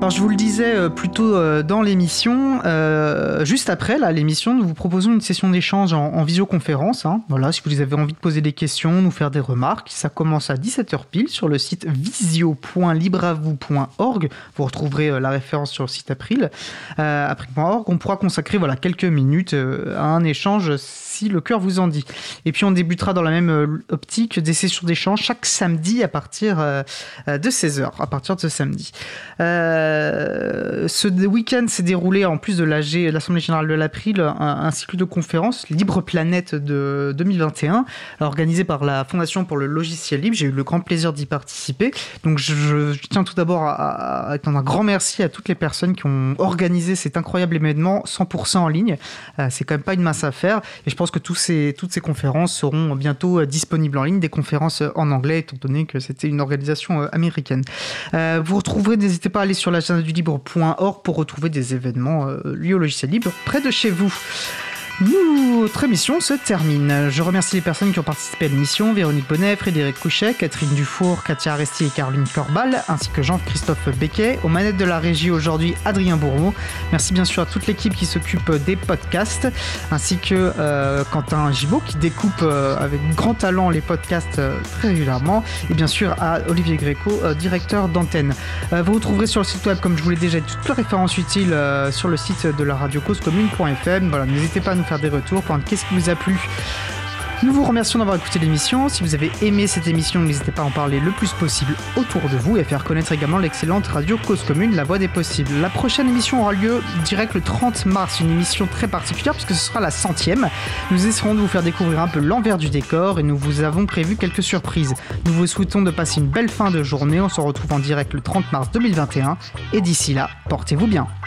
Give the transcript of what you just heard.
Alors je vous le disais plus tôt dans l'émission, juste après l'émission, nous vous proposons une session d'échange en visioconférence. Voilà, si vous avez envie de poser des questions, nous faire des remarques, ça commence à 17h pile sur le site visio.libreavou.org. Vous retrouverez la référence sur le site april.org. On pourra consacrer quelques minutes à un échange si le cœur vous en dit. Et puis on débutera dans la même optique des sessions d'échange chaque samedi à partir de 16h, à partir de ce samedi. Ce week-end s'est déroulé, en plus de l'Assemblée Générale de l'April, un cycle de conférences Libre Planète de 2021, organisé par la Fondation pour le logiciel libre. J'ai eu le grand plaisir d'y participer. Donc je tiens tout d'abord à étendre un grand merci à toutes les personnes qui ont organisé cet incroyable événement 100% en ligne. C'est quand même pas une mince affaire. Et je pense que toutes ces conférences seront bientôt disponibles en ligne, des conférences en anglais, étant donné que c'était une organisation américaine. Vous retrouverez, n'hésitez pas à aller sur l'agenda du libre.org pour retrouver des événements liés au logiciel libre près de chez vous. Notre émission se termine. Je remercie les personnes qui ont participé à l'émission: Véronique Bonnet, Frédéric Couchet, Catherine Dufour, Katia Aresti et Caroline Corbal, ainsi que Jean-Christophe Becquet. Aux manettes de la régie aujourd'hui, Adrien Bourreau. Merci bien sûr à toute l'équipe qui s'occupe des podcasts, ainsi que Quentin Gibaud qui découpe avec grand talent les podcasts très régulièrement, et bien sûr à Olivier Gréco, directeur d'antenne. Vous retrouverez sur le site web, comme je vous l'ai déjà dit, toutes les références utiles sur le site de la radio causecommune.fm. Voilà, n'hésitez pas à nous faire des retours, qu'est-ce qui vous a plu. Nous vous remercions d'avoir écouté l'émission. Si vous avez aimé cette émission, n'hésitez pas à en parler le plus possible autour de vous et à faire connaître également l'excellente radio Cause Commune, la voix des possibles. La prochaine émission aura lieu direct le 30 mars, une émission très particulière puisque ce sera la 100e. Nous essaierons de vous faire découvrir un peu l'envers du décor et nous vous avons prévu quelques surprises. Nous vous souhaitons de passer une belle fin de journée. On se retrouve en direct le 30 mars 2021 et d'ici là, portez-vous bien.